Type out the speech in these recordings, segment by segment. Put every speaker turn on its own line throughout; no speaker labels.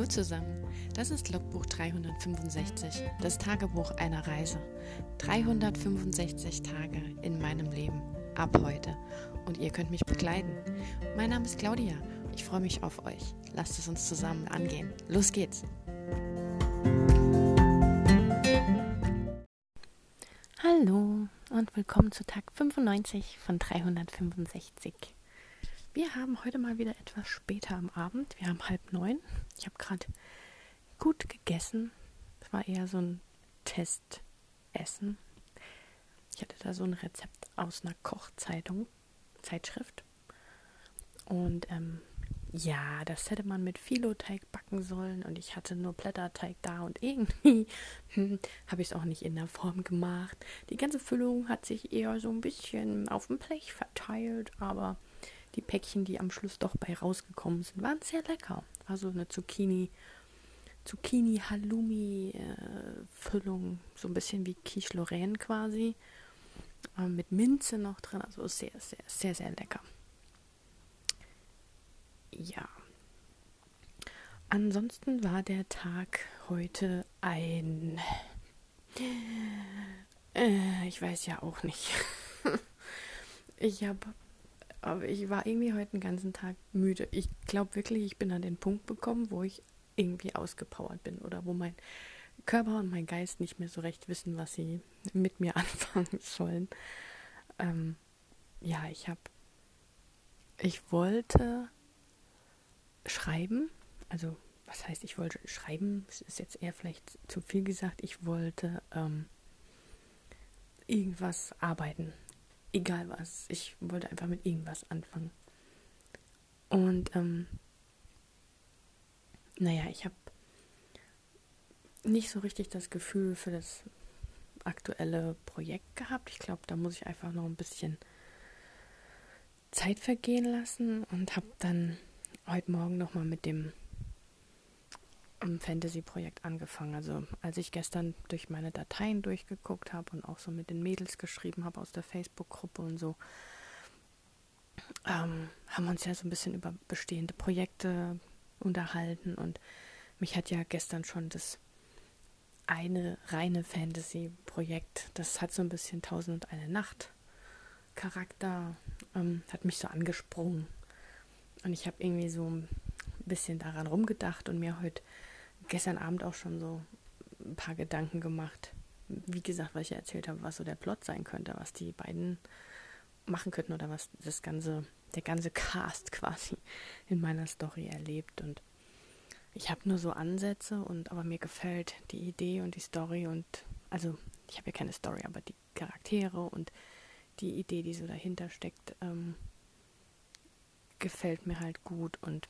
Hallo zusammen, das ist Logbuch 365, das Tagebuch einer Reise. 365 Tage in meinem Leben, ab heute. Und ihr könnt mich begleiten. Mein Name ist Claudia, ich freue mich auf euch. Lasst es uns zusammen angehen. Los geht's! Hallo und willkommen zu Tag 95 von 365. Wir haben heute mal wieder etwas später am Abend. Wir haben 8:30. Ich habe gerade gut gegessen. Es war eher so ein Testessen. Ich hatte da so ein Rezept aus einer Zeitschrift. Und ja, das hätte man mit Filoteig backen sollen. Und ich hatte nur Blätterteig da und irgendwie habe ich es auch nicht in der Form gemacht. Die ganze Füllung hat sich eher so ein bisschen auf dem Blech verteilt, aber die Päckchen, die am Schluss doch bei rausgekommen sind, waren sehr lecker. Also eine Zucchini-Halloumi-Füllung, so ein bisschen wie Quiche Lorraine quasi, mit Minze noch drin, also sehr, sehr, sehr, sehr lecker. Ja. Ansonsten war der Tag heute ich weiß ja auch nicht. Aber ich war irgendwie heute den ganzen Tag müde. Ich glaube wirklich, ich bin an den Punkt gekommen, wo ich irgendwie ausgepowert bin oder wo mein Körper und mein Geist nicht mehr so recht wissen, was sie mit mir anfangen sollen. Ja, ich wollte schreiben. Also, was heißt, ich wollte schreiben? Das ist jetzt eher vielleicht zu viel gesagt. Ich wollte irgendwas arbeiten. Egal was. Ich wollte einfach mit irgendwas anfangen. Und ich habe nicht so richtig das Gefühl für das aktuelle Projekt gehabt. Ich glaube, da muss ich einfach noch ein bisschen Zeit vergehen lassen und habe dann heute Morgen nochmal mit dem Fantasy-Projekt angefangen. Also als ich gestern durch meine Dateien durchgeguckt habe und auch so mit den Mädels geschrieben habe aus der Facebook-Gruppe und so, haben wir uns ja so ein bisschen über bestehende Projekte unterhalten und mich hat ja gestern schon das eine reine Fantasy-Projekt, das hat so ein bisschen 1001 Nacht Charakter, hat mich so angesprungen und ich habe irgendwie so ein bisschen daran rumgedacht und mir heute gestern Abend auch schon so ein paar Gedanken gemacht, wie gesagt, was ich ja erzählt habe, was so der Plot sein könnte, was die beiden machen könnten oder was der ganze Cast quasi in meiner Story erlebt. Und ich habe nur so Ansätze, aber mir gefällt die Idee und die Story und, also ich habe ja keine Story, aber die Charaktere und die Idee, die so dahinter steckt, gefällt mir halt gut und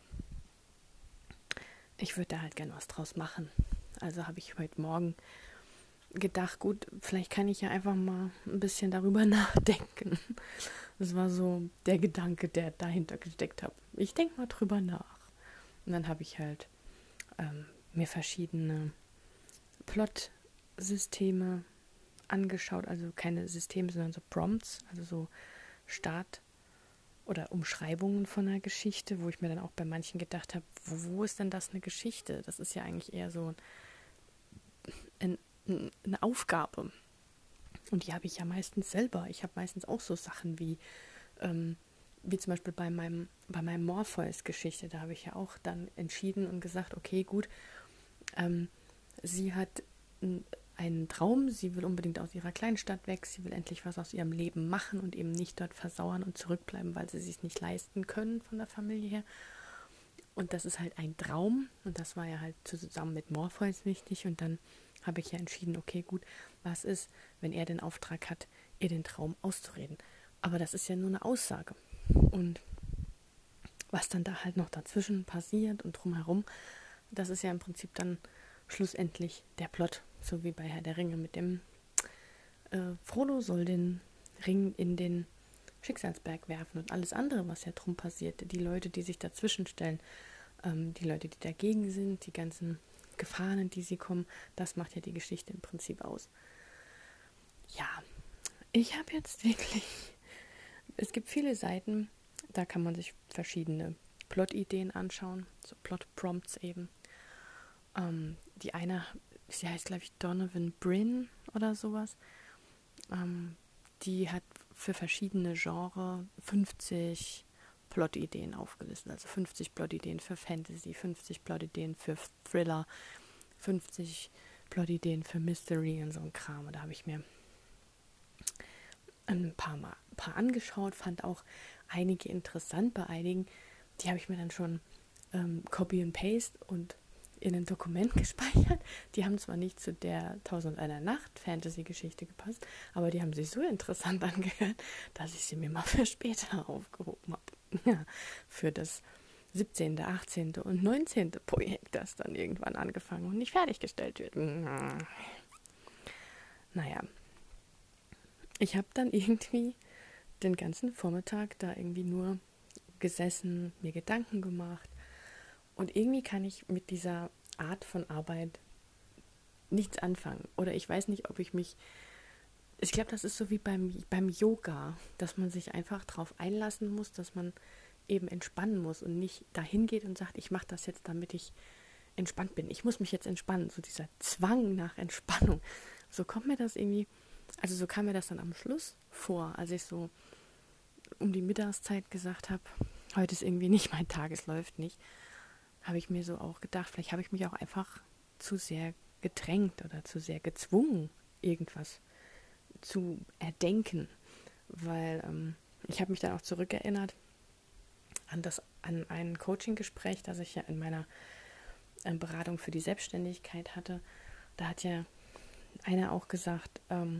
ich würde da halt gerne was draus machen. Also habe ich heute Morgen gedacht, gut, vielleicht kann ich ja einfach mal ein bisschen darüber nachdenken. Das war so der Gedanke, der dahinter gesteckt hat. Ich denke mal drüber nach. Und dann habe ich halt mir verschiedene Plot-Systeme angeschaut, also keine Systeme, sondern so Prompts, also so Start- oder Umschreibungen von einer Geschichte, wo ich mir dann auch bei manchen gedacht habe, wo ist denn das eine Geschichte? Das ist ja eigentlich eher so eine Aufgabe. Und die habe ich ja meistens selber. Ich habe meistens auch so Sachen wie zum Beispiel bei meinem Morpheus-Geschichte, da habe ich ja auch dann entschieden und gesagt, okay, gut, sie hat einen Traum, sie will unbedingt aus ihrer kleinen Stadt weg, sie will endlich was aus ihrem Leben machen und eben nicht dort versauern und zurückbleiben, weil sie es sich nicht leisten können von der Familie her. Und das ist halt ein Traum und das war ja halt zusammen mit Morpheus wichtig und dann habe ich ja entschieden, okay, gut, was ist, wenn er den Auftrag hat, ihr den Traum auszureden. Aber das ist ja nur eine Aussage. Und was dann da halt noch dazwischen passiert und drumherum, das ist ja im Prinzip dann schlussendlich der Plot, so wie bei Herr der Ringe mit dem Frodo soll den Ring in den Schicksalsberg werfen und alles andere, was ja drum passiert, die Leute, die sich dazwischen stellen, die Leute, die dagegen sind, die ganzen Gefahren, in die sie kommen, das macht ja die Geschichte im Prinzip aus. Ja, ich habe jetzt wirklich, es gibt viele Seiten, da kann man sich verschiedene Plot-Ideen anschauen, so Plot-Prompts eben. Die eine, sie heißt, glaube ich, Donovan Bryn oder sowas. Die hat für verschiedene Genres 50 Plotideen aufgelistet. Also 50 Plotideen für Fantasy, 50 Plotideen für Thriller, 50 Plotideen für Mystery und so ein Kram. Und da habe ich mir ein paar angeschaut, fand auch einige interessant. Bei einigen, die habe ich mir dann schon Copy and Paste und in ein Dokument gespeichert. Die haben zwar nicht zu der 1001 Nacht Fantasy-Geschichte gepasst, aber die haben sich so interessant angehört, dass ich sie mir mal für später aufgehoben habe. Ja, für das 17., 18. und 19. Projekt, das dann irgendwann angefangen und nicht fertiggestellt wird. Naja, ich habe dann irgendwie den ganzen Vormittag da irgendwie nur gesessen, mir Gedanken gemacht. Und irgendwie kann ich mit dieser Art von Arbeit nichts anfangen. Oder ich weiß nicht, ob ich mich... Ich glaube, das ist so wie beim Yoga, dass man sich einfach darauf einlassen muss, dass man eben entspannen muss und nicht dahin geht und sagt, ich mache das jetzt, damit ich entspannt bin. Ich muss mich jetzt entspannen. So dieser Zwang nach Entspannung. So kommt mir das irgendwie... Also so kam mir das dann am Schluss vor, als ich so um die Mittagszeit gesagt habe, heute ist irgendwie nicht mein Tag, es läuft nicht, habe ich mir so auch gedacht, vielleicht habe ich mich auch einfach zu sehr gedrängt oder zu sehr gezwungen, irgendwas zu erdenken, weil ich habe mich dann auch zurückerinnert an ein Coaching-Gespräch, das ich ja in meiner Beratung für die Selbstständigkeit hatte. Da hat ja einer auch gesagt,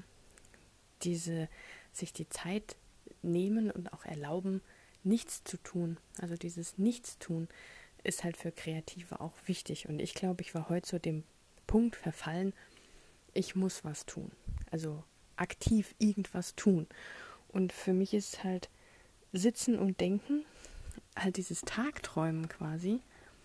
sich die Zeit nehmen und auch erlauben, nichts zu tun. Also dieses Nichtstun ist halt für Kreative auch wichtig. Und ich glaube, ich war heute zu dem Punkt verfallen, ich muss was tun. Also aktiv irgendwas tun. Und für mich ist halt Sitzen und Denken, halt dieses Tagträumen quasi,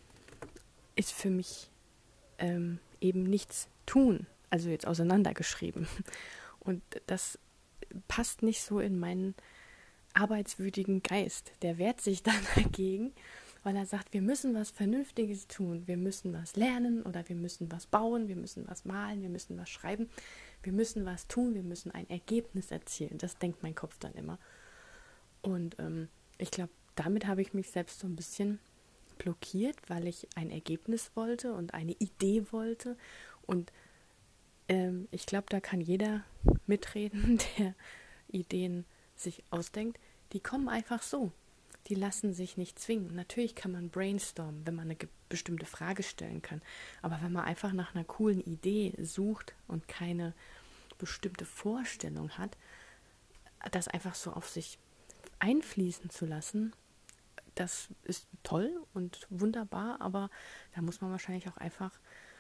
ist für mich eben nichts tun. Also jetzt auseinandergeschrieben. Und das passt nicht so in meinen arbeitswütigen Geist. Der wehrt sich dann dagegen, weil er sagt, wir müssen was Vernünftiges tun. Wir müssen was lernen oder wir müssen was bauen, wir müssen was malen, wir müssen was schreiben, wir müssen was tun, wir müssen ein Ergebnis erzielen. Das denkt mein Kopf dann immer. Und ich glaube, damit habe ich mich selbst so ein bisschen blockiert, weil ich ein Ergebnis wollte und eine Idee wollte. Und ich glaube, da kann jeder mitreden, der Ideen sich ausdenkt. Die kommen einfach so. Die lassen sich nicht zwingen. Natürlich kann man brainstormen, wenn man eine bestimmte Frage stellen kann. Aber wenn man einfach nach einer coolen Idee sucht und keine bestimmte Vorstellung hat, das einfach so auf sich einfließen zu lassen, das ist toll und wunderbar, aber da muss man wahrscheinlich auch einfach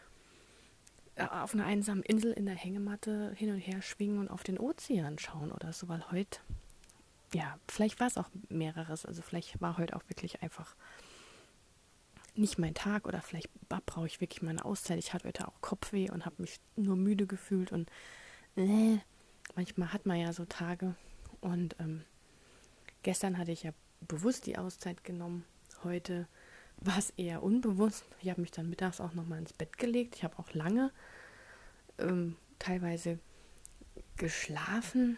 auf einer einsamen Insel in der Hängematte hin und her schwingen und auf den Ozean schauen oder so, weil heute, ja, vielleicht war es auch mehreres, also vielleicht war heute auch wirklich einfach nicht mein Tag oder vielleicht brauche ich wirklich meine Auszeit. Ich hatte heute auch Kopfweh und habe mich nur müde gefühlt und manchmal hat man ja so Tage und gestern hatte ich ja bewusst die Auszeit genommen, heute war es eher unbewusst. Ich habe mich dann mittags auch nochmal ins Bett gelegt. Ich habe auch lange teilweise geschlafen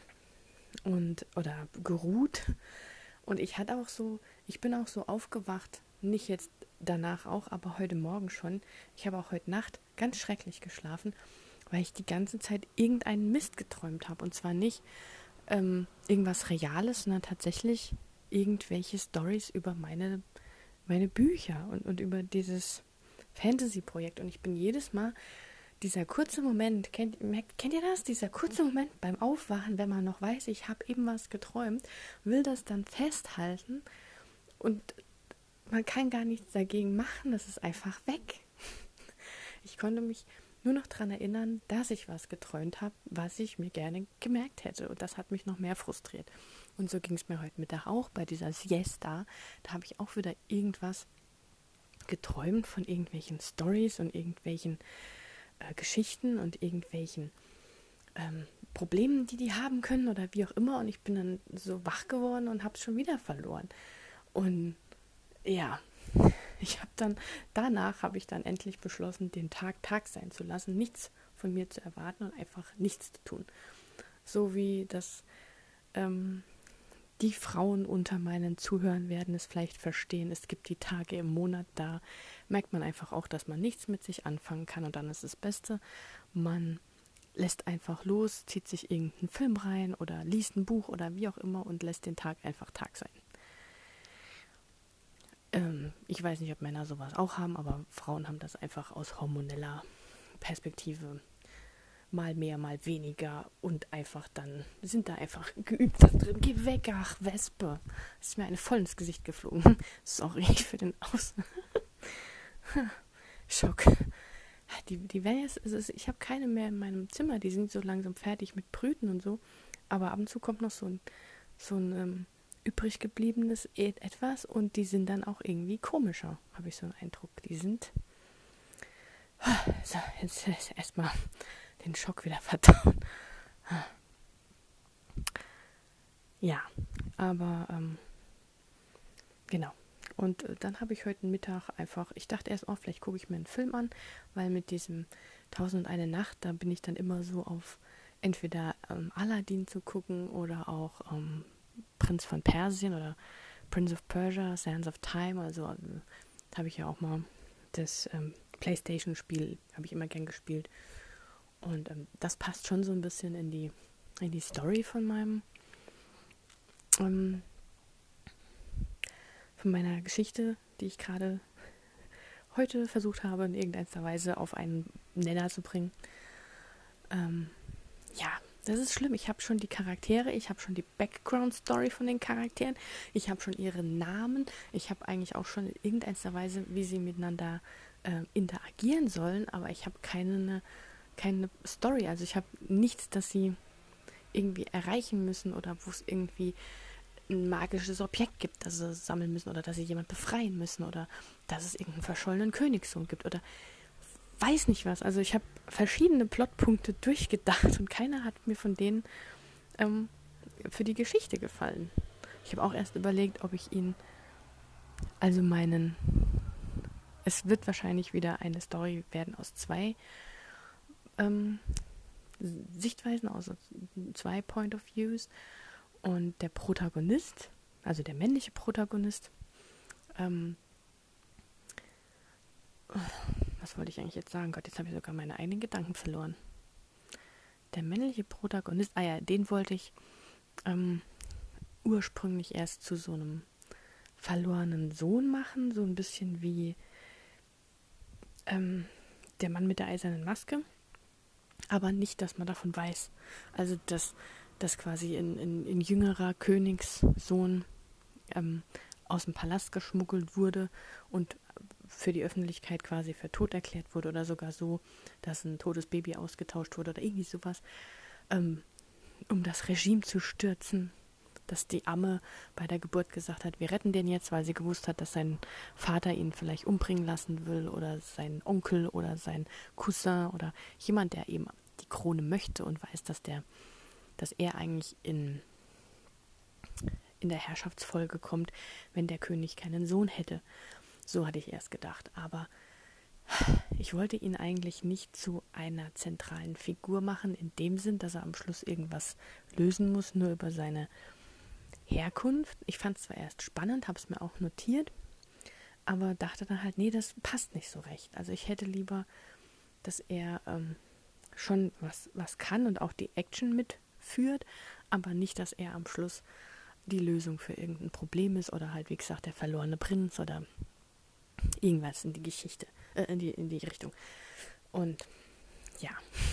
oder geruht. Und ich bin auch so aufgewacht, nicht jetzt danach auch, aber heute Morgen schon. Ich habe auch heute Nacht ganz schrecklich geschlafen, weil ich die ganze Zeit irgendeinen Mist geträumt habe. Und zwar nicht irgendwas Reales, sondern tatsächlich irgendwelche Storys über meine Bücher und über dieses Fantasy-Projekt. Und ich bin jedes Mal, dieser kurze Moment, kennt ihr das? Dieser kurze Moment beim Aufwachen, wenn man noch weiß, ich habe eben was geträumt, will das dann festhalten und man kann gar nichts dagegen machen, das ist einfach weg. Ich konnte mich nur noch daran erinnern, dass ich was geträumt habe, was ich mir gerne gemerkt hätte. Und das hat mich noch mehr frustriert. Und so ging es mir heute Mittag auch bei dieser Siesta. Da habe ich auch wieder irgendwas geträumt von irgendwelchen Storys und irgendwelchen Geschichten und irgendwelchen Problemen, die haben können oder wie auch immer. Und ich bin dann so wach geworden und habe es schon wieder verloren. Und ja, Danach habe ich dann endlich beschlossen, den Tag Tag sein zu lassen, nichts von mir zu erwarten und einfach nichts zu tun. So wie das die Frauen unter meinen Zuhörern werden es vielleicht verstehen. Es gibt die Tage im Monat, da merkt man einfach auch, dass man nichts mit sich anfangen kann und dann ist das Beste, man lässt einfach los, zieht sich irgendeinen Film rein oder liest ein Buch oder wie auch immer und lässt den Tag einfach Tag sein. Ich weiß nicht, ob Männer sowas auch haben, aber Frauen haben das einfach aus hormoneller Perspektive mal mehr, mal weniger und einfach dann sind da einfach geübt da drin. Geh weg, ach Wespe. Es ist mir eine voll ins Gesicht geflogen. Sorry für den Schock. Die werden jetzt, ich habe keine mehr in meinem Zimmer, die sind so langsam fertig mit Brüten und so, aber ab und zu kommt noch so ein übrig gebliebenes etwas und die sind dann auch irgendwie komischer, habe ich so einen Eindruck. Die sind so, jetzt erstmal den Schock wieder verdauen. Ja, aber genau. Und dann habe ich heute Mittag einfach, ich dachte erst, vielleicht gucke ich mir einen Film an, weil mit diesem 1001 Nacht, da bin ich dann immer so auf entweder Aladdin zu gucken oder auch Prinz von Persien oder Prince of Persia, Sands of Time, also habe ich ja auch mal das PlayStation-Spiel, habe ich immer gern gespielt. Und das passt schon so ein bisschen in die Story von meiner Geschichte, die ich gerade heute versucht habe, in irgendeiner Weise auf einen Nenner zu bringen. Ja, das ist schlimm. Ich habe schon die Charaktere, ich habe schon die Background-Story von den Charakteren, ich habe schon ihre Namen, ich habe eigentlich auch schon in irgendeiner Weise, wie sie miteinander interagieren sollen, aber ich habe keine Story. Also ich habe nichts, das sie irgendwie erreichen müssen oder wo es irgendwie ein magisches Objekt gibt, das sie sammeln müssen oder dass sie jemand befreien müssen oder dass es irgendeinen verschollenen Königssohn gibt oder weiß nicht was. Also ich habe verschiedene Plotpunkte durchgedacht und keiner hat mir von denen für die Geschichte gefallen. Ich habe auch erst überlegt, ob ich es wird wahrscheinlich wieder eine Story werden aus zwei Sichtweisen, aus zwei Point of Views. Und der Protagonist, also der männliche Protagonist, was wollte ich eigentlich jetzt sagen? Gott, jetzt habe ich sogar meine eigenen Gedanken verloren. Der männliche Protagonist, den wollte ich ursprünglich erst zu so einem verlorenen Sohn machen, so ein bisschen wie der Mann mit der eisernen Maske, aber nicht, dass man davon weiß. Also, dass quasi ein jüngerer Königssohn aus dem Palast geschmuggelt wurde und für die Öffentlichkeit quasi für tot erklärt wurde oder sogar so, dass ein totes Baby ausgetauscht wurde oder irgendwie sowas, um das Regime zu stürzen, dass die Amme bei der Geburt gesagt hat, wir retten den jetzt, weil sie gewusst hat, dass sein Vater ihn vielleicht umbringen lassen will oder sein Onkel oder sein Cousin oder jemand, der eben die Krone möchte und weiß, dass er eigentlich in der Herrschaftsfolge kommt, wenn der König keinen Sohn hätte. So hatte ich erst gedacht, aber ich wollte ihn eigentlich nicht zu einer zentralen Figur machen, in dem Sinn, dass er am Schluss irgendwas lösen muss, nur über seine Herkunft. Ich fand es zwar erst spannend, habe es mir auch notiert, aber dachte dann halt, nee, das passt nicht so recht. Also ich hätte lieber, dass er schon was kann und auch die Action mitführt, aber nicht, dass er am Schluss die Lösung für irgendein Problem ist oder halt, wie gesagt, der verlorene Prinz oder irgendwas in die Geschichte, in die Richtung. Und ja,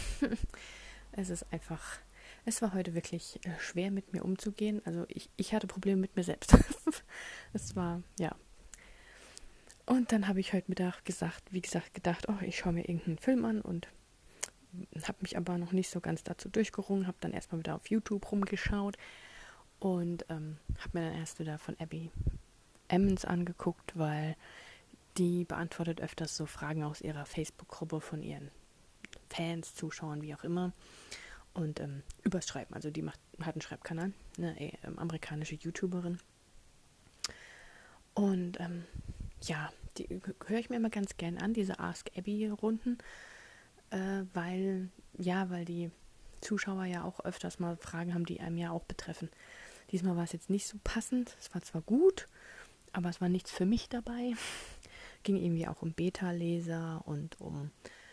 es war heute wirklich schwer mit mir umzugehen. Also ich hatte Probleme mit mir selbst. Es war, ja. Und dann habe ich heute Mittag gedacht, ich schaue mir irgendeinen Film an und habe mich aber noch nicht so ganz dazu durchgerungen, habe dann erstmal wieder auf YouTube rumgeschaut und habe mir dann erst wieder von Abby Emmons angeguckt, weil die beantwortet öfters so Fragen aus ihrer Facebook-Gruppe von ihren Fans, Zuschauern, wie auch immer. Und übers Schreiben, also die hat einen Schreibkanal, eine amerikanische YouTuberin. Und ja, die höre ich mir immer ganz gern an, diese Ask Abby-Runden, weil die Zuschauer ja auch öfters mal Fragen haben, die einem ja auch betreffen. Diesmal war es jetzt nicht so passend. Es war zwar gut, aber es war nichts für mich dabei. Ging irgendwie auch um Beta-Leser und um,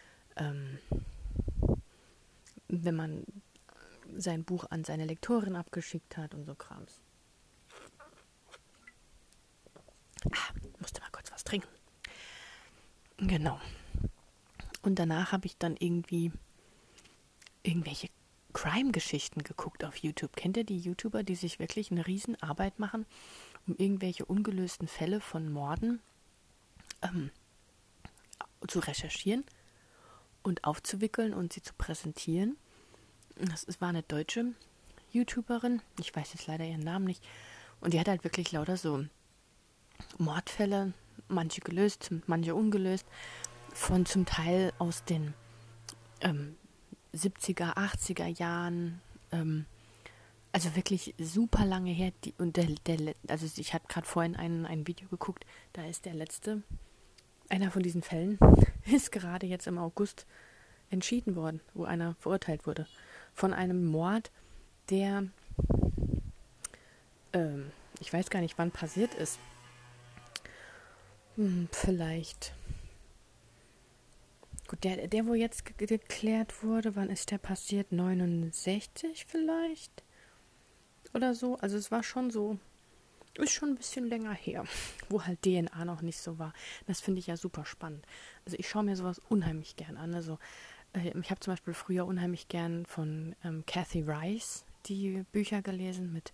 wenn man sein Buch an seine Lektorin abgeschickt hat und so Krams. Musste mal kurz was trinken. Genau. Und danach habe ich dann irgendwelche Crime-Geschichten geguckt auf YouTube. Kennt ihr die YouTuber, die sich wirklich eine riesen Arbeit machen, um irgendwelche ungelösten Fälle von Morden zu recherchieren und aufzuwickeln und sie zu präsentieren? Es war eine deutsche YouTuberin, ich weiß jetzt leider ihren Namen nicht, und die hat halt wirklich lauter so Mordfälle, manche gelöst, manche ungelöst, von zum Teil aus den 70er, 80er Jahren, also wirklich super lange her. Also ich hatte gerade vorhin ein Video geguckt, da ist einer von diesen Fällen, ist gerade jetzt im August entschieden worden, wo einer verurteilt wurde. Von einem Mord, der, ich weiß gar nicht, wann passiert ist. Vielleicht. Gut, der wo jetzt geklärt wurde, wann ist der passiert? 69 vielleicht? Oder so. Also es war schon so, ist schon ein bisschen länger her, wo halt DNA noch nicht so war. Das finde ich ja super spannend. Also ich schaue mir sowas unheimlich gern an. Also ich habe zum Beispiel früher unheimlich gern von Kathy Rice die Bücher gelesen mit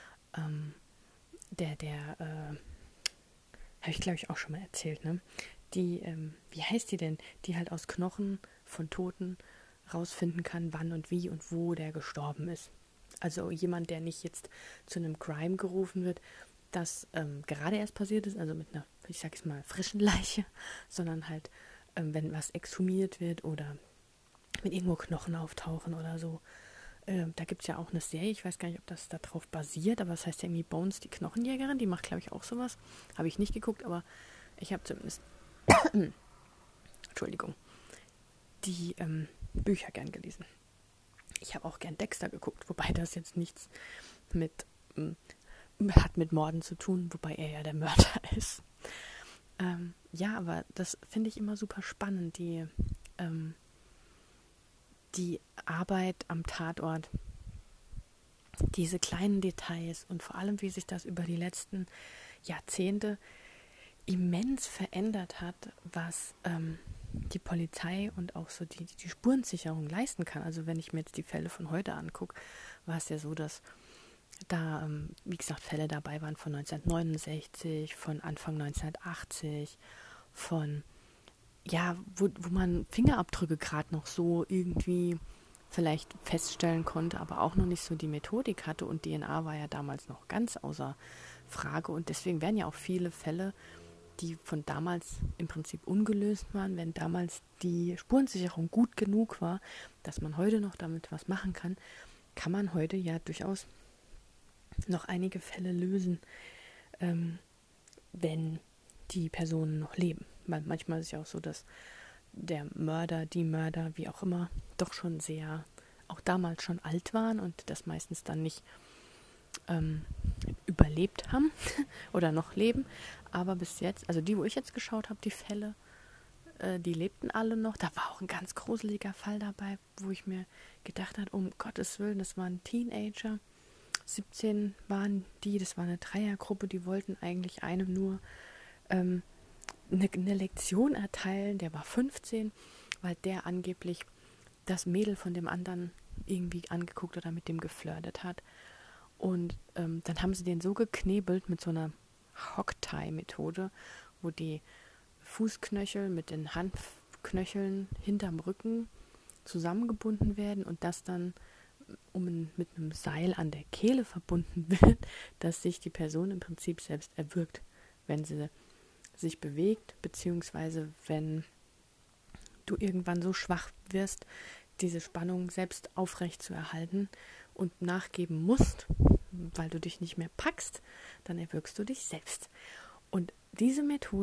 habe ich glaube ich auch schon mal erzählt, ne? Die, wie heißt die denn? Die halt aus Knochen von Toten rausfinden kann, wann und wie und wo der gestorben ist. Also jemand, der nicht jetzt zu einem Crime gerufen wird, das gerade erst passiert ist, also mit einer, ich sag es mal, frischen Leiche, sondern halt, wenn was exhumiert wird oder wenn irgendwo Knochen auftauchen oder so. Da gibt es ja auch eine Serie, ich weiß gar nicht, ob das darauf basiert, aber das heißt ja irgendwie Bones, die Knochenjägerin, die macht, glaube ich, auch sowas. Habe ich nicht geguckt, aber ich habe zumindest Entschuldigung, die Bücher gern gelesen. Ich habe auch gern Dexter geguckt, wobei das jetzt nichts hat mit Morden zu tun, wobei er ja der Mörder ist. Ja, aber das finde ich immer super spannend, die Arbeit am Tatort, diese kleinen Details und vor allem, wie sich das über die letzten Jahrzehnte immens verändert hat, was die Polizei und auch so die Spurensicherung leisten kann. Also wenn ich mir jetzt die Fälle von heute angucke, war es ja so, dass da, wie gesagt, Fälle dabei waren von 1969, von Anfang 1980, wo man Fingerabdrücke gerade noch so irgendwie vielleicht feststellen konnte, aber auch noch nicht so die Methodik hatte, und DNA war ja damals noch ganz außer Frage, und deswegen werden ja auch viele Fälle, die von damals im Prinzip ungelöst waren, wenn damals die Spurensicherung gut genug war, dass man heute noch damit was machen kann, kann man heute ja durchaus noch einige Fälle lösen, wenn die Personen noch leben. Weil manchmal ist es ja auch so, dass der Mörder, die Mörder, wie auch immer, doch schon sehr, auch damals schon alt waren und das meistens dann nicht überlebt haben oder noch leben. Aber bis jetzt, also die, wo ich jetzt geschaut habe, die Fälle, die lebten alle noch. Da war auch ein ganz gruseliger Fall dabei, wo ich mir gedacht habe, um Gottes Willen, das waren Teenager. 17 waren die, das war eine Dreiergruppe, die wollten eigentlich einem nur eine Lektion erteilen. Der war 15, weil der angeblich das Mädel von dem anderen irgendwie angeguckt oder mit dem geflirtet hat. Und dann haben sie den so geknebelt mit so einer Hog-Tie-Methode, wo die Fußknöchel mit den Handknöcheln hinterm Rücken zusammengebunden werden und das dann mit einem Seil an der Kehle verbunden wird, dass sich die Person im Prinzip selbst erwürgt, wenn sie sich bewegt, beziehungsweise wenn du irgendwann so schwach wirst, diese Spannung selbst aufrecht zu erhalten und nachgeben musst, weil du dich nicht mehr packst, dann erwürgst du dich selbst. Und diese Methode,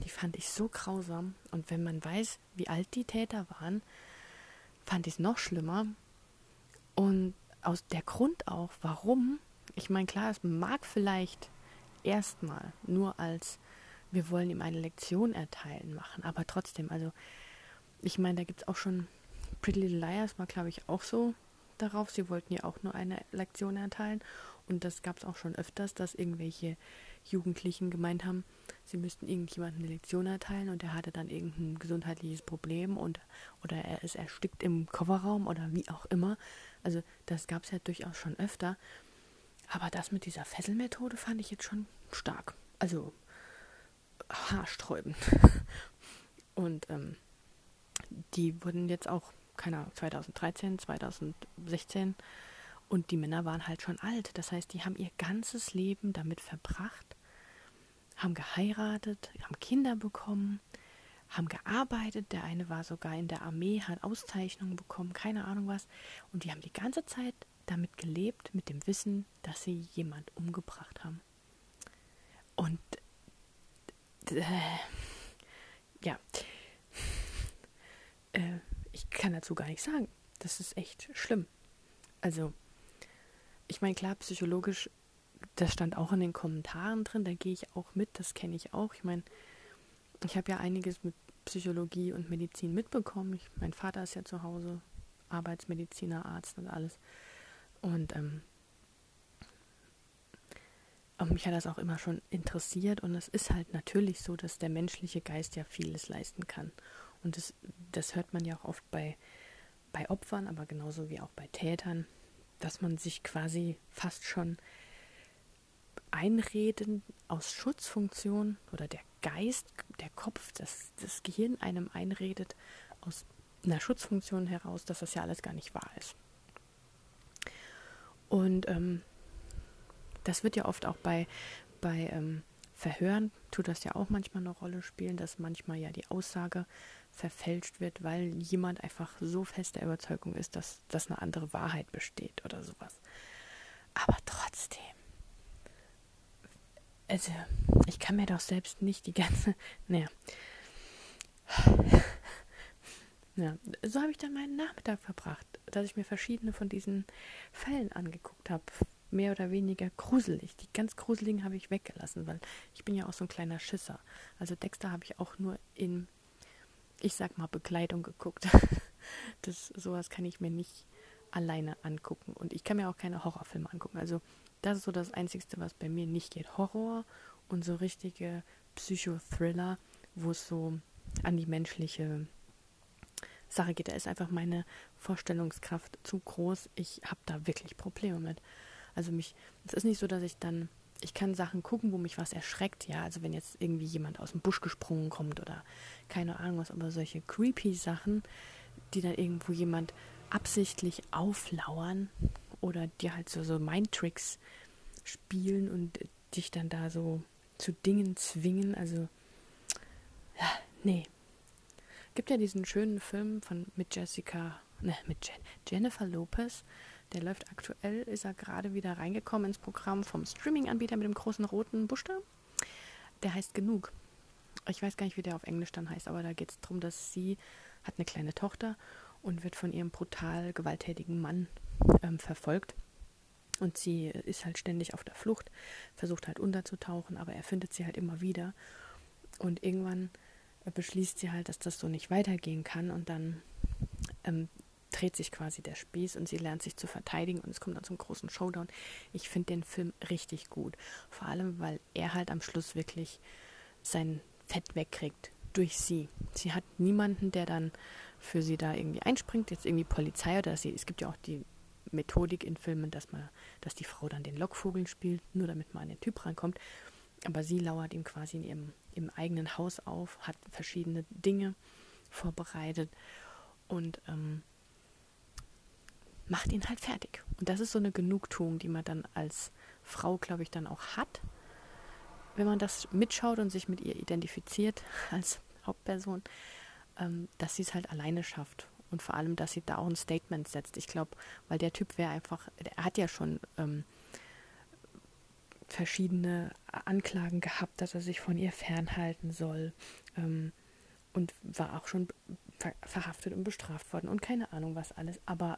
die fand ich so grausam. Und wenn man weiß, wie alt die Täter waren, fand ich es noch schlimmer. Und aus der Grund auch, warum, ich meine, klar, es mag vielleicht erstmal nur als wir wollen ihm eine Lektion erteilen machen, aber trotzdem, also ich meine, da gibt es auch schon Pretty Little Liars war, glaube ich, auch so darauf, sie wollten ja auch nur eine Lektion erteilen und das gab es auch schon öfters, dass irgendwelche Jugendlichen gemeint haben, sie müssten irgendjemandem eine Lektion erteilen und der hatte dann irgendein gesundheitliches Problem oder er ist erstickt im Kofferraum oder wie auch immer. Also das gab es ja durchaus schon öfter. Aber das mit dieser Fesselmethode fand ich jetzt schon stark. Also haarsträubend. Und die wurden jetzt auch, keine Ahnung, 2013, 2016 und die Männer waren halt schon alt. Das heißt, die haben ihr ganzes Leben damit verbracht, haben geheiratet, haben Kinder bekommen, haben gearbeitet. Der eine war sogar in der Armee, hat Auszeichnungen bekommen, keine Ahnung was. Und die haben die ganze Zeit damit gelebt, mit dem Wissen, dass sie jemand umgebracht haben. Und ja, ich kann dazu gar nichts sagen. Das ist echt schlimm. Also, ich meine, klar, psychologisch, das stand auch in den Kommentaren drin, da gehe ich auch mit, das kenne ich auch. Ich meine, ich habe ja einiges mit Psychologie und Medizin mitbekommen. Mein Vater ist ja zu Hause Arbeitsmediziner, Arzt und alles. Und mich hat das auch immer schon interessiert und es ist halt natürlich so, dass der menschliche Geist ja vieles leisten kann. Und das hört man ja auch oft bei Opfern, aber genauso wie auch bei Tätern, dass man sich quasi fast schon einreden aus Schutzfunktion oder der Geist, der Kopf, das Gehirn einem einredet aus einer Schutzfunktion heraus, dass das ja alles gar nicht wahr ist. Und das wird ja oft auch bei Verhören, tut das ja auch manchmal eine Rolle spielen, dass manchmal ja die Aussage verfälscht wird, weil jemand einfach so fest der Überzeugung ist, dass eine andere Wahrheit besteht oder sowas. Aber trotzdem, also ich kann mir doch selbst nicht die ganze, ja, so habe ich dann meinen Nachmittag verbracht, dass ich mir verschiedene von diesen Fällen angeguckt habe. Mehr oder weniger gruselig. Die ganz gruseligen habe ich weggelassen, weil ich bin ja auch so ein kleiner Schisser. Also Dexter habe ich auch nur in, ich sag mal, Begleitung geguckt. Sowas kann ich mir nicht alleine angucken. Und ich kann mir auch keine Horrorfilme angucken. Also das ist so das Einzige, was bei mir nicht geht. Horror und so richtige Psychothriller, wo es so an die menschliche Sache geht. Da ist einfach meine Vorstellungskraft zu groß. Ich habe da wirklich Probleme mit. Also es ist nicht so, dass ich kann Sachen gucken, wo mich was erschreckt, ja, also wenn jetzt irgendwie jemand aus dem Busch gesprungen kommt oder keine Ahnung was, aber solche creepy Sachen, die dann irgendwo jemand absichtlich auflauern oder dir halt so Mindtricks spielen und dich dann da so zu Dingen zwingen, also, ja, nee. Gibt ja diesen schönen Film mit Jennifer Lopez. Der läuft aktuell, ist er gerade wieder reingekommen ins Programm vom Streaming-Anbieter mit dem großen roten Buchstaben. Der heißt Genug. Ich weiß gar nicht, wie der auf Englisch dann heißt, aber da geht es darum, dass sie hat eine kleine Tochter und wird von ihrem brutal gewalttätigen Mann verfolgt. Und sie ist halt ständig auf der Flucht, versucht halt unterzutauchen, aber er findet sie halt immer wieder. Und irgendwann beschließt sie halt, dass das so nicht weitergehen kann und dann dreht sich quasi der Spieß und sie lernt sich zu verteidigen und es kommt dann zum großen Showdown. Ich finde den Film richtig gut. Vor allem, weil er halt am Schluss wirklich sein Fett wegkriegt durch sie. Sie hat niemanden, der dann für sie da irgendwie einspringt, jetzt irgendwie Polizei oder es gibt ja auch die Methodik in Filmen, dass die Frau dann den Lockvogel spielt, nur damit man an den Typ rankommt. Aber sie lauert ihm quasi im eigenen Haus auf, hat verschiedene Dinge vorbereitet und macht ihn halt fertig. Und das ist so eine Genugtuung, die man dann als Frau, glaube ich, dann auch hat, wenn man das mitschaut und sich mit ihr identifiziert als Hauptperson, dass sie es halt alleine schafft. Und vor allem, dass sie da auch ein Statement setzt. Ich glaube, weil der Typ wäre einfach, er hat ja schon verschiedene Anklagen gehabt, dass er sich von ihr fernhalten soll, und war auch schon verhaftet und bestraft worden und keine Ahnung was alles. Aber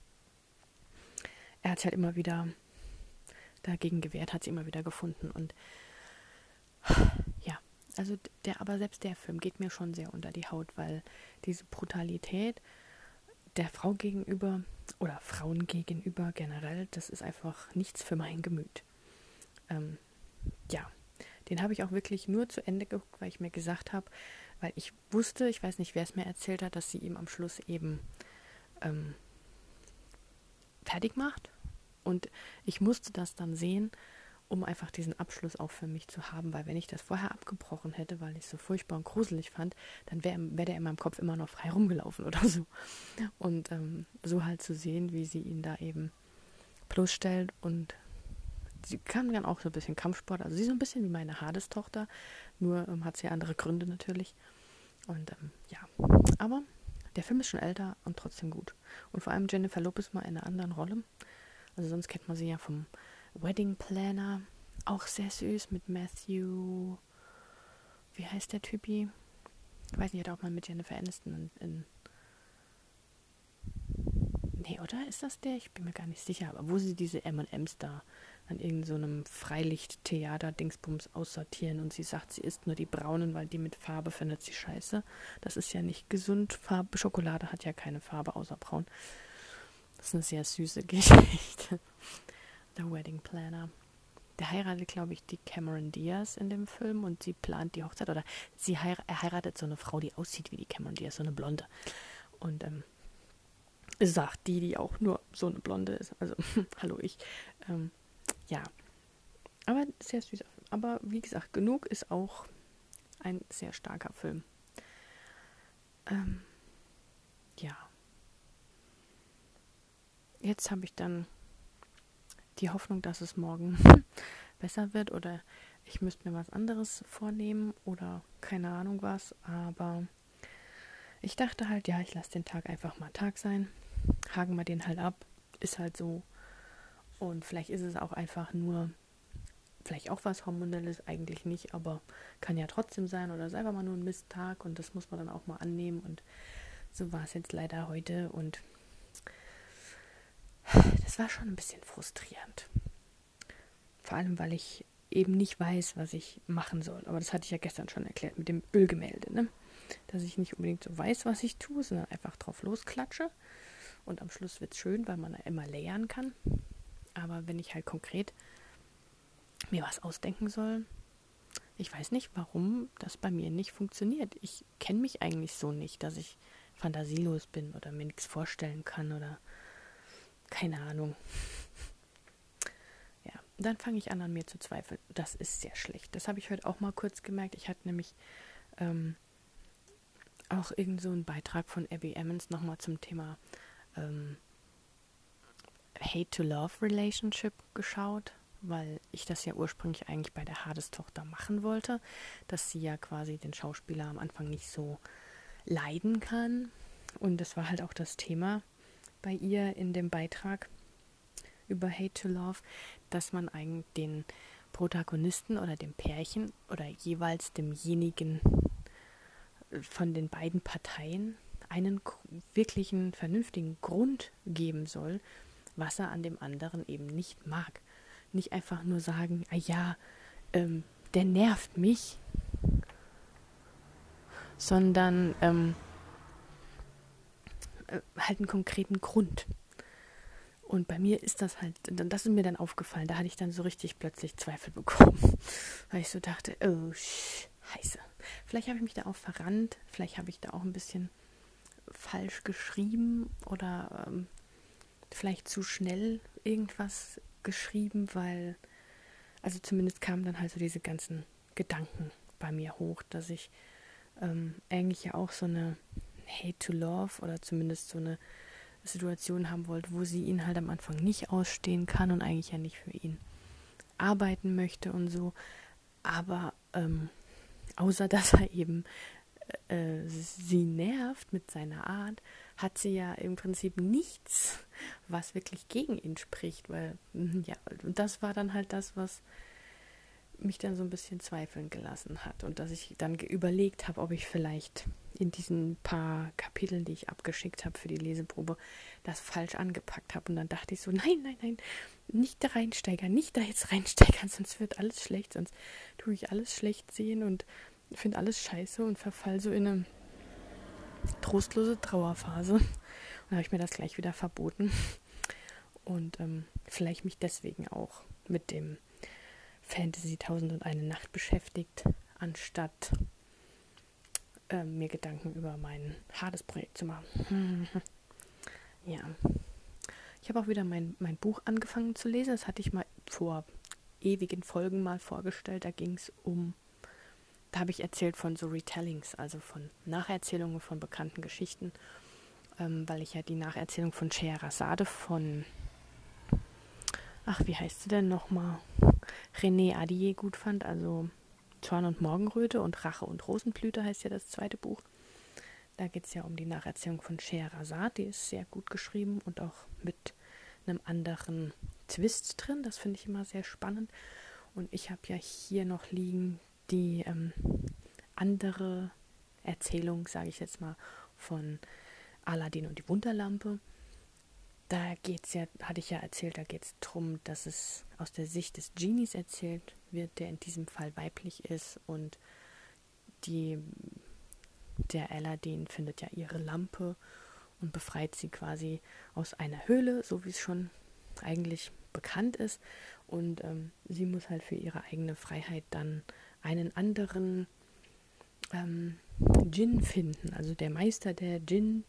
er hat sich halt immer wieder dagegen gewehrt, hat sie immer wieder gefunden. Und ja, also aber selbst der Film geht mir schon sehr unter die Haut, weil diese Brutalität der Frau gegenüber oder Frauen gegenüber generell, das ist einfach nichts für mein Gemüt. Ja, den habe ich auch wirklich nur zu Ende geguckt, weil ich mir gesagt habe, weil ich wusste, ich weiß nicht, wer es mir erzählt hat, dass sie ihm am Schluss eben fertig macht. Und ich musste das dann sehen, um einfach diesen Abschluss auch für mich zu haben, weil wenn ich das vorher abgebrochen hätte, weil ich es so furchtbar und gruselig fand, dann wär der in meinem Kopf immer noch frei rumgelaufen oder so. Und so halt zu sehen, wie sie ihn da eben bloßstellt, und sie kann dann auch so ein bisschen Kampfsport, also sie ist so ein bisschen wie meine Hades-Tochter, nur hat sie andere Gründe natürlich. Und ja, aber der Film ist schon älter und trotzdem gut. Und vor allem Jennifer Lopez mal in einer anderen Rolle. Also sonst kennt man sie ja vom Wedding Planner, auch sehr süß, mit Matthew, wie heißt der Typi? Ich weiß nicht, hat auch mal mit Jennifer Aniston nee, oder? Ist das der? Ich bin mir gar nicht sicher. Aber wo sie diese M&M's da an irgendeinem Freilicht-Theater-Dingsbums aussortieren und sie sagt, sie isst nur die braunen, weil die mit Farbe findet sie scheiße. Das ist ja nicht gesund. Schokolade hat ja keine Farbe außer braun. Das ist eine sehr süße Geschichte. Der Wedding Planner. Der heiratet, glaube ich, die Cameron Diaz in dem Film und sie plant die Hochzeit. Oder er heiratet so eine Frau, die aussieht wie die Cameron Diaz, so eine Blonde. Und sagt die auch nur so eine Blonde ist. Also, hallo ich. Ja. Aber sehr süßer Film. Aber wie gesagt, genug ist auch ein sehr starker Film. Ja. Jetzt habe ich dann die Hoffnung, dass es morgen besser wird oder ich müsste mir was anderes vornehmen oder keine Ahnung was, aber ich dachte halt, ja, ich lasse den Tag einfach mal Tag sein, haken wir den halt ab, ist halt so, und vielleicht ist es auch einfach nur, vielleicht auch was Hormonelles, eigentlich nicht, aber kann ja trotzdem sein oder ist einfach mal nur ein Misttag und das muss man dann auch mal annehmen, und so war es jetzt leider heute, und das war schon ein bisschen frustrierend. Vor allem, weil ich eben nicht weiß, was ich machen soll. Aber das hatte ich ja gestern schon erklärt mit dem Ölgemälde, ne? Dass ich nicht unbedingt so weiß, was ich tue, sondern einfach drauf losklatsche. Und am Schluss wird es schön, weil man immer layern kann. Aber wenn ich halt konkret mir was ausdenken soll, ich weiß nicht, warum das bei mir nicht funktioniert. Ich kenne mich eigentlich so nicht, dass ich fantasielos bin oder mir nichts vorstellen kann oder keine Ahnung. Ja, dann fange ich an mir zu zweifeln. Das ist sehr schlecht. Das habe ich heute auch mal kurz gemerkt. Ich hatte nämlich auch irgend so einen Beitrag von Abby Emmons nochmal zum Thema Hate-to-Love-Relationship geschaut, weil ich das ja ursprünglich eigentlich bei der Hades-Tochter machen wollte, dass sie ja quasi den Schauspieler am Anfang nicht so leiden kann. Und das war halt auch das Thema bei ihr in dem Beitrag über Hate to Love, dass man eigentlich den Protagonisten oder dem Pärchen oder jeweils demjenigen von den beiden Parteien einen wirklichen, vernünftigen Grund geben soll, was er an dem anderen eben nicht mag. Nicht einfach nur sagen, ah ja, der nervt mich, sondern halt einen konkreten Grund. Und bei mir ist das halt, das ist mir dann aufgefallen, da hatte ich dann so richtig plötzlich Zweifel bekommen, weil ich so dachte, oh, scheiße. Vielleicht habe ich mich da auch verrannt, vielleicht habe ich da auch ein bisschen falsch geschrieben oder vielleicht zu schnell irgendwas geschrieben, weil, also zumindest kamen dann halt so diese ganzen Gedanken bei mir hoch, dass ich eigentlich ja auch so eine Hate to Love oder zumindest so eine Situation haben wollte, wo sie ihn halt am Anfang nicht ausstehen kann und eigentlich ja nicht für ihn arbeiten möchte und so, aber außer dass er eben sie nervt mit seiner Art, hat sie ja im Prinzip nichts, was wirklich gegen ihn spricht, weil ja, das war dann halt das, was mich dann so ein bisschen zweifeln gelassen hat und dass ich dann überlegt habe, ob ich vielleicht in diesen paar Kapiteln, die ich abgeschickt habe für die Leseprobe, das falsch angepackt habe. Und dann dachte ich so, nein, nicht da reinsteigern, nicht da jetzt reinsteigern, sonst wird alles schlecht, sonst tue ich alles schlecht sehen und finde alles scheiße und verfall so in eine trostlose Trauerphase. Und dann habe ich mir das gleich wieder verboten und vielleicht mich deswegen auch mit dem Fantasy 1001 Nacht beschäftigt, anstatt mir Gedanken über mein Hades-Projekt zu machen. Ja. Ich habe auch wieder mein Buch angefangen zu lesen. Das hatte ich mal vor ewigen Folgen mal vorgestellt. Da habe ich erzählt von so Retellings, also von Nacherzählungen von bekannten Geschichten, weil ich ja die Nacherzählung von Scheherazade von, wie heißt sie denn nochmal? René Adier gut fand, also Zorn und Morgenröte und Rache und Rosenblüte heißt ja das zweite Buch. Da geht es ja um die Nacherzählung von Scheherazade, die ist sehr gut geschrieben und auch mit einem anderen Twist drin, das finde ich immer sehr spannend. Und ich habe ja hier noch liegen die andere Erzählung, sage ich jetzt mal, von Aladdin und die Wunderlampe. Da geht's ja, hatte ich ja erzählt, da geht es darum, dass es aus der Sicht des Genies erzählt wird, der in diesem Fall weiblich ist und der Aladdin findet ja ihre Lampe und befreit sie quasi aus einer Höhle, so wie es schon eigentlich bekannt ist. Und sie muss halt für ihre eigene Freiheit dann einen anderen Djinn finden. Also der Meister der Djinn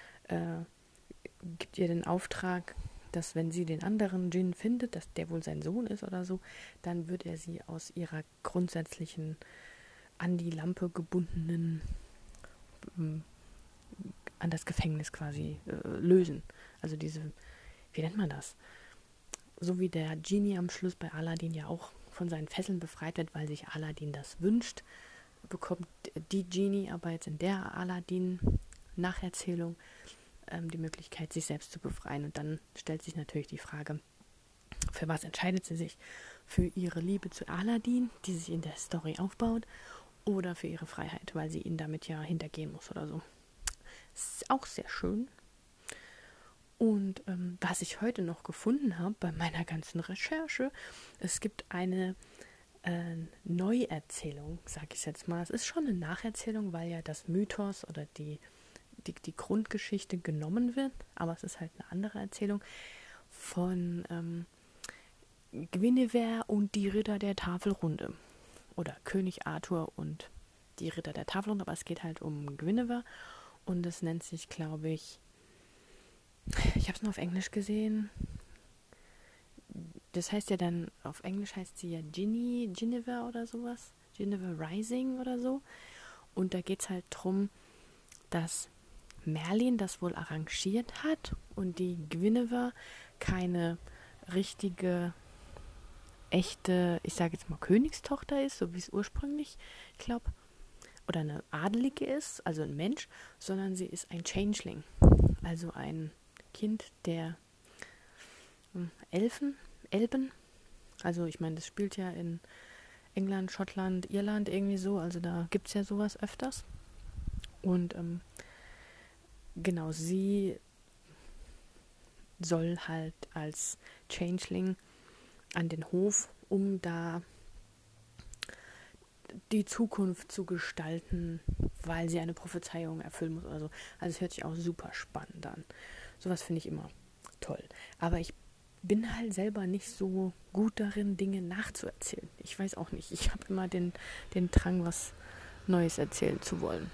gibt ihr den Auftrag, dass wenn sie den anderen Djinn findet, dass der wohl sein Sohn ist oder so, dann wird er sie aus ihrer grundsätzlichen an die Lampe gebundenen an das Gefängnis quasi lösen. Also wie nennt man das? So wie der Genie am Schluss bei Aladdin ja auch von seinen Fesseln befreit wird, weil sich Aladdin das wünscht, bekommt die Genie aber jetzt in der Aladdin-Nacherzählung die Möglichkeit, sich selbst zu befreien. Und dann stellt sich natürlich die Frage, für was entscheidet sie sich? Für ihre Liebe zu Aladdin, die sich in der Story aufbaut, oder für ihre Freiheit, weil sie ihn damit ja hintergehen muss oder so. Ist auch sehr schön. Und was ich heute noch gefunden habe bei meiner ganzen Recherche, es gibt eine Neuerzählung, sage ich jetzt mal. Es ist schon eine Nacherzählung, weil ja das Mythos oder die Grundgeschichte genommen wird, aber es ist halt eine andere Erzählung von Guinevere und die Ritter der Tafelrunde oder König Arthur und die Ritter der Tafelrunde, aber es geht halt um Guinevere und es nennt sich, glaube ich habe es nur auf Englisch gesehen, das heißt ja dann, auf Englisch heißt sie ja Guinevere oder sowas, Guinevere Rising oder so, und da geht es halt drum, dass Merlin das wohl arrangiert hat und die Guinevere keine richtige, echte, ich sage jetzt mal Königstochter ist, so wie es ursprünglich, ich glaube, oder eine Adelige ist, also ein Mensch, sondern sie ist ein Changeling, also ein Kind der Elben, also ich meine, das spielt ja in England, Schottland, Irland irgendwie so, also da gibt es ja sowas öfters. Und genau, sie soll halt als Changeling an den Hof, um da die Zukunft zu gestalten, weil sie eine Prophezeiung erfüllen muss oder so. Also es hört sich auch super spannend an. Sowas finde ich immer toll. Aber ich bin halt selber nicht so gut darin, Dinge nachzuerzählen. Ich weiß auch nicht. Ich habe immer den Drang, was Neues erzählen zu wollen.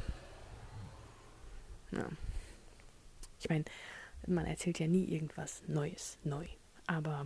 Ja. Ich meine, man erzählt ja nie irgendwas Neues, neu. Aber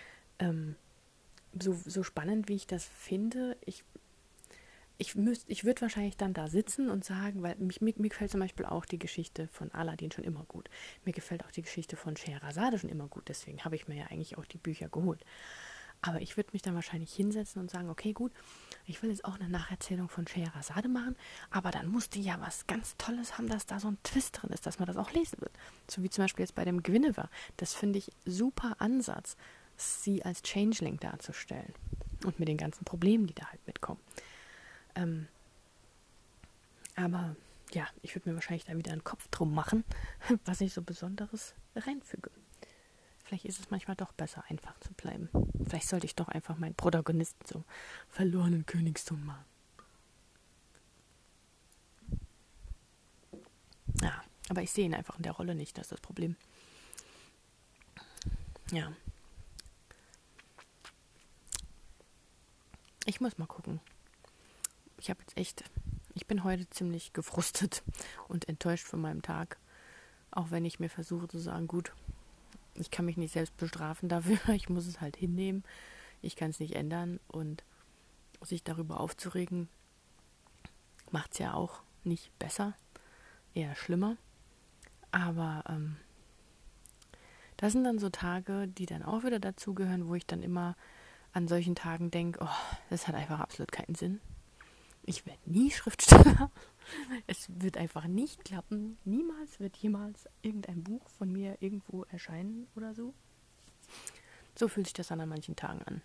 so spannend, wie ich das finde, ich würde wahrscheinlich dann da sitzen und sagen, weil mir gefällt zum Beispiel auch die Geschichte von Aladdin schon immer gut. Mir gefällt auch die Geschichte von Scheherazade schon immer gut. Deswegen habe ich mir ja eigentlich auch die Bücher geholt. Aber ich würde mich dann wahrscheinlich hinsetzen und sagen, okay, gut, ich will jetzt auch eine Nacherzählung von Scheherazade machen, aber dann muss die ja was ganz Tolles haben, dass da so ein Twist drin ist, dass man das auch lesen wird. So wie zum Beispiel jetzt bei dem Guinevere. Das finde ich super Ansatz, sie als Changeling darzustellen. und mit den ganzen Problemen, die da halt mitkommen. Aber ja, ich würde mir wahrscheinlich da wieder einen Kopf drum machen, was ich so Besonderes reinfüge. Vielleicht ist es manchmal doch besser, einfach zu bleiben. Vielleicht sollte ich doch einfach meinen Protagonisten zum verlorenen Königssohn machen. Ja, aber ich sehe ihn einfach in der Rolle nicht, das ist das Problem. Ja. Ich muss mal gucken. Ich bin heute ziemlich gefrustet und enttäuscht von meinem Tag. Auch wenn ich mir versuche zu sagen, gut, ich kann mich nicht selbst bestrafen dafür, ich muss es halt hinnehmen. Ich kann es nicht ändern und sich darüber aufzuregen, macht es ja auch nicht besser, eher schlimmer. Aber das sind dann so Tage, die dann auch wieder dazugehören, wo ich dann immer an solchen Tagen denke, oh, das hat einfach absolut keinen Sinn. Ich werde nie Schriftsteller. Es wird einfach nicht klappen. Niemals wird jemals irgendein Buch von mir irgendwo erscheinen oder so. So fühlt sich das dann an manchen Tagen an.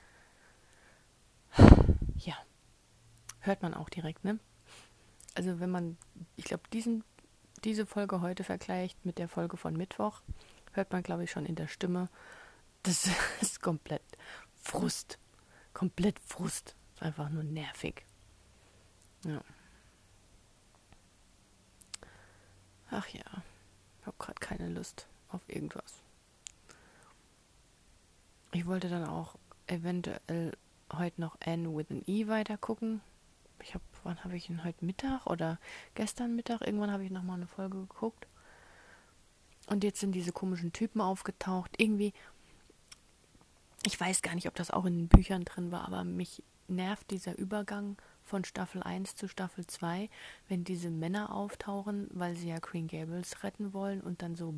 Ja, hört man auch direkt, ne? Also wenn man, ich glaube, diese Folge heute vergleicht mit der Folge von Mittwoch, hört man, glaube ich, schon in der Stimme, das ist komplett Frust. Komplett Frust. Ist einfach nur nervig. Ja. Ach ja, ich habe gerade keine Lust auf irgendwas. Ich wollte dann auch eventuell heute noch Anne with an E weiter gucken. Wann habe ich ihn heute Mittag oder gestern Mittag? Irgendwann habe ich nochmal eine Folge geguckt. Und jetzt sind diese komischen Typen aufgetaucht. Irgendwie, ich weiß gar nicht, ob das auch in den Büchern drin war, aber mich nervt dieser Übergang von Staffel 1 zu Staffel 2, wenn diese Männer auftauchen, weil sie ja Green Gables retten wollen und dann so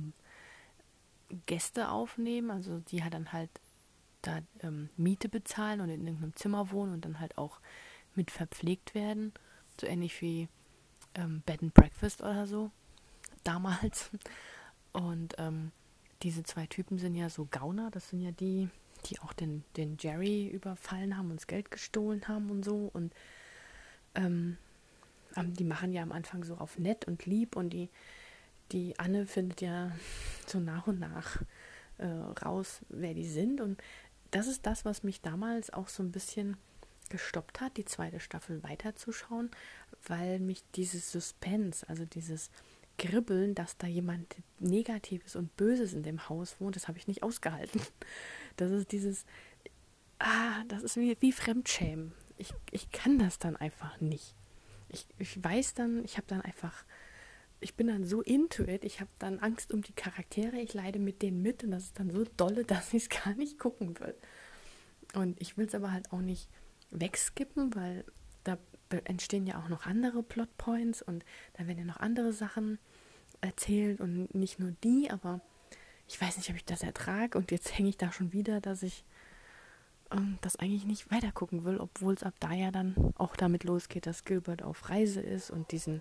Gäste aufnehmen, also die halt dann halt da Miete bezahlen und in irgendeinem Zimmer wohnen und dann halt auch mit verpflegt werden, so ähnlich wie Bed and Breakfast oder so, damals. Und diese zwei Typen sind ja so Gauner, das sind ja die auch den Jerry überfallen haben und das Geld gestohlen haben und so. Und die machen ja am Anfang so auf nett und lieb und die Anne findet ja so nach und nach raus, wer die sind. Und das ist das, was mich damals auch so ein bisschen gestoppt hat, die zweite Staffel weiterzuschauen, weil mich dieses Suspense, also dieses Kribbeln, dass da jemand Negatives und Böses in dem Haus wohnt, das habe ich nicht ausgehalten. Das ist das ist wie Fremdschämen. Ich kann das dann einfach nicht. Ich weiß dann, ich bin dann so into it, ich habe dann Angst um die Charaktere, ich leide mit denen mit und das ist dann so dolle, dass ich es gar nicht gucken will. Und ich will es aber halt auch nicht wegskippen, weil da entstehen ja auch noch andere Plotpoints und da werden ja noch andere Sachen erzählt und nicht nur die, aber ich weiß nicht, ob ich das ertrage und jetzt hänge ich da schon wieder, dass ich das eigentlich nicht weiter gucken will, obwohl es ab da ja dann auch damit losgeht, dass Gilbert auf Reise ist und diesen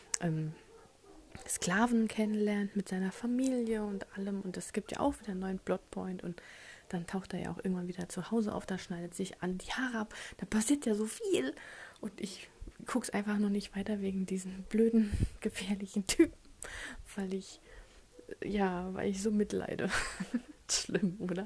Sklaven kennenlernt mit seiner Familie und allem und es gibt ja auch wieder einen neuen Plotpoint und dann taucht er ja auch irgendwann wieder zu Hause auf, da schneidet sich an die Haare ab, da passiert ja so viel und ich gucke es einfach nur nicht weiter wegen diesen blöden, gefährlichen Typen, weil ich so mitleide. Schlimm, oder?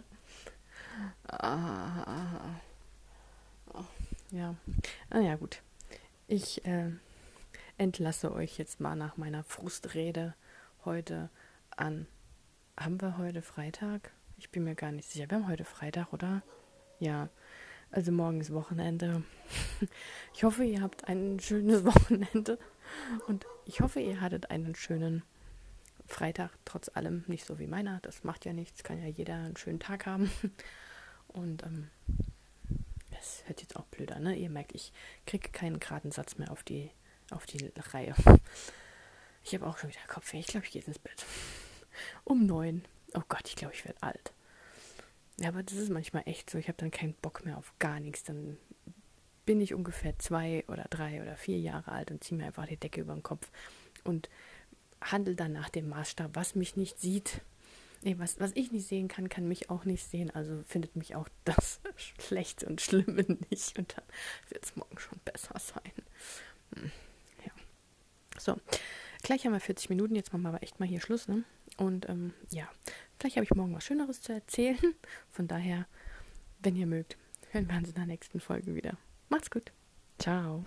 Ja, naja, gut. Ich entlasse euch jetzt mal nach meiner Frustrede heute an. Haben wir heute Freitag? Ich bin mir gar nicht sicher. Wir haben heute Freitag, oder? Ja, also morgen ist Wochenende. Ich hoffe, ihr habt ein schönes Wochenende und ich hoffe, ihr hattet einen schönen Freitag, trotz allem. Nicht so wie meiner, das macht ja nichts, kann ja jeder einen schönen Tag haben. Und das hört jetzt auch blöd an, ne? Ihr merkt, ich kriege keinen geraden Satz mehr auf die Reihe. Ich habe auch schon wieder Kopfweh. Ich glaube, ich gehe jetzt ins Bett. Um 9. Oh Gott, ich glaube, ich werde alt. Ja, aber das ist manchmal echt so. Ich habe dann keinen Bock mehr auf gar nichts. Dann bin ich ungefähr 2 oder 3 oder 4 Jahre alt und ziehe mir einfach die Decke über den Kopf und handle dann nach dem Maßstab, was mich nicht sieht, was ich nicht sehen kann, kann mich auch nicht sehen. Also findet mich auch das Schlechte und Schlimme nicht. Und dann wird es morgen schon besser sein. Ja. So, gleich haben wir 40 Minuten. Jetzt machen wir aber echt mal hier Schluss, ne? Und ja, vielleicht habe ich morgen was Schöneres zu erzählen. Von daher, wenn ihr mögt, hören wir uns in der nächsten Folge wieder. Macht's gut. Ciao.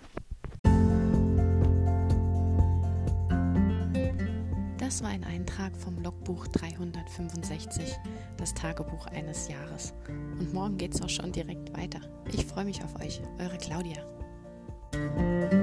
Das war ein Eintrag vom Logbuch 365, das Tagebuch eines Jahres. Und morgen geht's auch schon direkt weiter. Ich freue mich auf euch, eure Claudia.